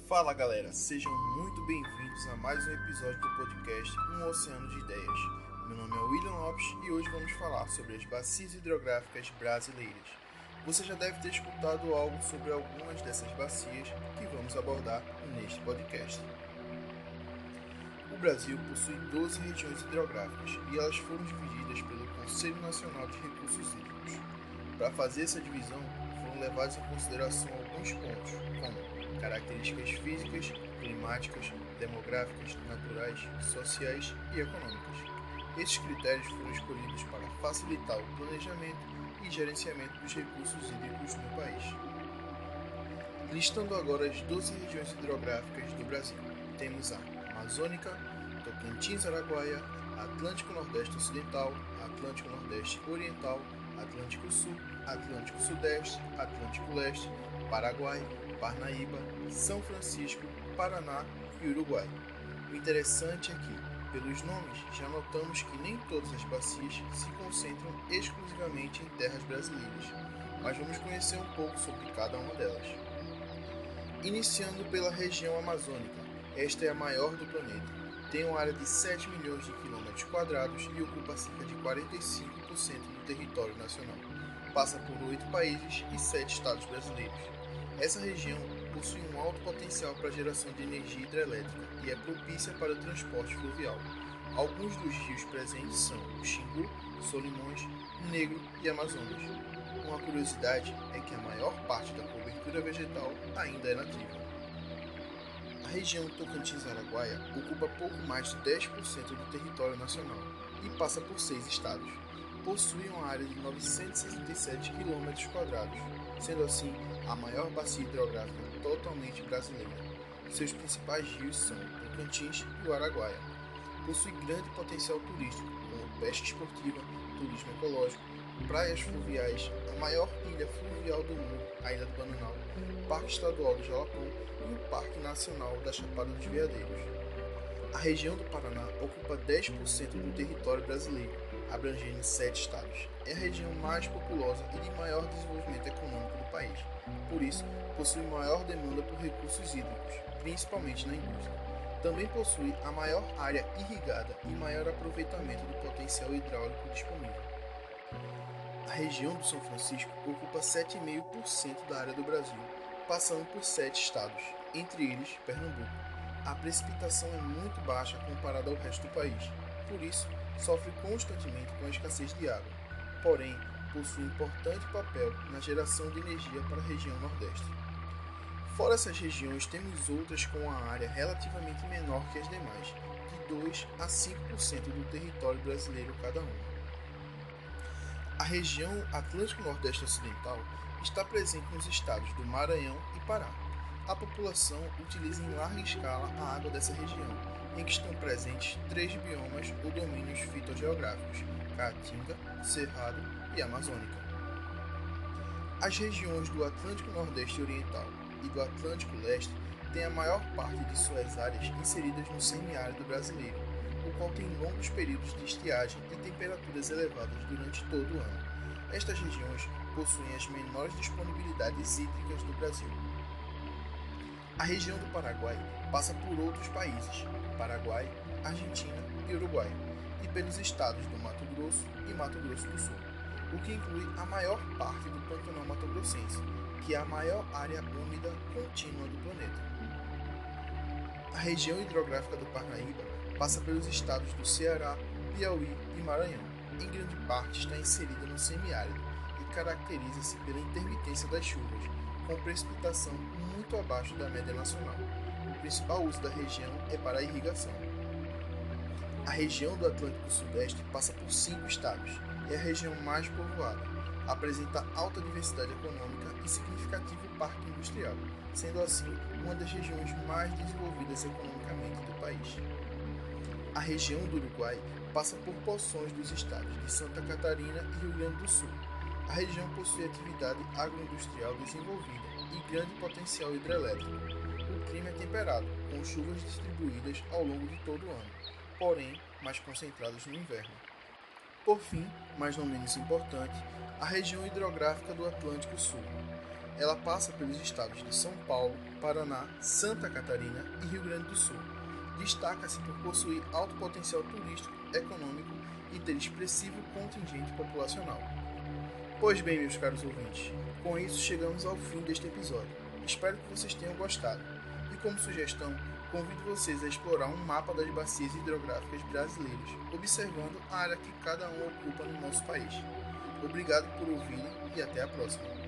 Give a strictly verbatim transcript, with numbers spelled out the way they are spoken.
Fala galera, sejam muito bem-vindos a mais um episódio do podcast Um Oceano de Ideias. Meu nome é William Lopes e hoje vamos falar sobre as bacias hidrográficas brasileiras. Você já deve ter escutado algo sobre algumas dessas bacias que vamos abordar neste podcast. O Brasil possui doze regiões hidrográficas e elas foram divididas pelo Conselho Nacional de Recursos Hídricos. Para fazer essa divisão, foram levados em consideração alguns pontos, como características físicas, climáticas, demográficas, naturais, sociais e econômicas. Estes critérios foram escolhidos para facilitar o planejamento e gerenciamento dos recursos hídricos no país. Listando agora as doze regiões hidrográficas do Brasil, temos a Amazônica, Tocantins-Araguaia, Atlântico Nordeste Ocidental, Atlântico Nordeste Oriental, Atlântico Sul, Atlântico Sudeste, Atlântico Leste, Paraguai, Parnaíba, São Francisco, Paraná e Uruguai. O interessante é que, pelos nomes, já notamos que nem todas as bacias se concentram exclusivamente em terras brasileiras, mas vamos conhecer um pouco sobre cada uma delas. Iniciando pela região amazônica, esta é a maior do planeta. Tem uma área de sete milhões de quilômetros quadrados e ocupa cerca de quarenta e cinco por cento do território nacional. Passa por oito países e sete estados brasileiros. Essa região possui um alto potencial para a geração de energia hidrelétrica e é propícia para o transporte fluvial. Alguns dos rios presentes são o Xingu, Solimões, Negro e Amazonas. Uma curiosidade é que a maior parte da cobertura vegetal ainda é nativa. A região Tocantins-Araguaia ocupa pouco mais de dez por cento do território nacional e passa por seis estados. Possui uma área de novecentos e sessenta e sete quilômetros quadrados, sendo assim a maior bacia hidrográfica totalmente brasileira. Seus principais rios são o Tocantins e o Araguaia. Possui grande potencial turístico, como pesca esportiva, turismo ecológico, praias fluviais, a maior ilha fluvial do mundo, a Ilha do Bananal, o Parque Estadual do Jalapão e o Parque Nacional da Chapada dos Veadeiros. A região do Paraná ocupa dez por cento do território brasileiro, abrangendo sete estados. É a região mais populosa e de maior desenvolvimento econômico do país. Por isso, possui maior demanda por recursos hídricos, principalmente na indústria. Também possui a maior área irrigada e maior aproveitamento do potencial hidráulico disponível. A região do São Francisco ocupa sete vírgula cinco por cento da área do Brasil, passando por sete estados, entre eles Pernambuco. A precipitação é muito baixa comparada ao resto do país, por isso sofre constantemente com a escassez de água, porém possui importante papel na geração de energia para a região Nordeste. Fora essas regiões, temos outras com uma área relativamente menor que as demais, de dois a cinco por cento do território brasileiro cada uma. A região Atlântico Nordeste Ocidental está presente nos estados do Maranhão e Pará. A população utiliza em larga escala a água dessa região, em que estão presentes três biomas ou domínios fitogeográficos: Caatinga, Cerrado e Amazônica. As regiões do Atlântico Nordeste Oriental e do Atlântico Leste têm a maior parte de suas áreas inseridas no semiárido brasileiro, o qual tem longos períodos de estiagem e temperaturas elevadas durante todo o ano. Estas regiões possuem as menores disponibilidades hídricas do Brasil. A região do Paraguai passa por outros países, Paraguai, Argentina e Uruguai, e pelos estados do Mato Grosso e Mato Grosso do Sul, o que inclui a maior parte do Pantanal Mato-Grossense, que é a maior área úmida contínua do planeta. A região hidrográfica do Parnaíba passa pelos estados do Ceará, Piauí e Maranhão. Em grande parte está inserida no semiárido e caracteriza-se pela intermitência das chuvas, com precipitação muito abaixo da média nacional. O principal uso da região é para a irrigação. A região do Atlântico Sudeste passa por cinco estados. É a região mais povoada. Apresenta alta diversidade econômica e significativo parque industrial, sendo assim uma das regiões mais desenvolvidas economicamente do país. A região do Uruguai passa por porções dos estados de Santa Catarina e Rio Grande do Sul. A região possui atividade agroindustrial desenvolvida e grande potencial hidrelétrico. O clima é temperado, com chuvas distribuídas ao longo de todo o ano, porém mais concentradas no inverno. Por fim, mas não menos importante, a região hidrográfica do Atlântico Sul. Ela passa pelos estados de São Paulo, Paraná, Santa Catarina e Rio Grande do Sul. Destaca-se por possuir alto potencial turístico, econômico e ter expressivo contingente populacional. Pois bem, meus caros ouvintes, com isso chegamos ao fim deste episódio. Espero que vocês tenham gostado. E como sugestão, convido vocês a explorar um mapa das bacias hidrográficas brasileiras, observando a área que cada um ocupa no nosso país. Obrigado por ouvirem e até a próxima.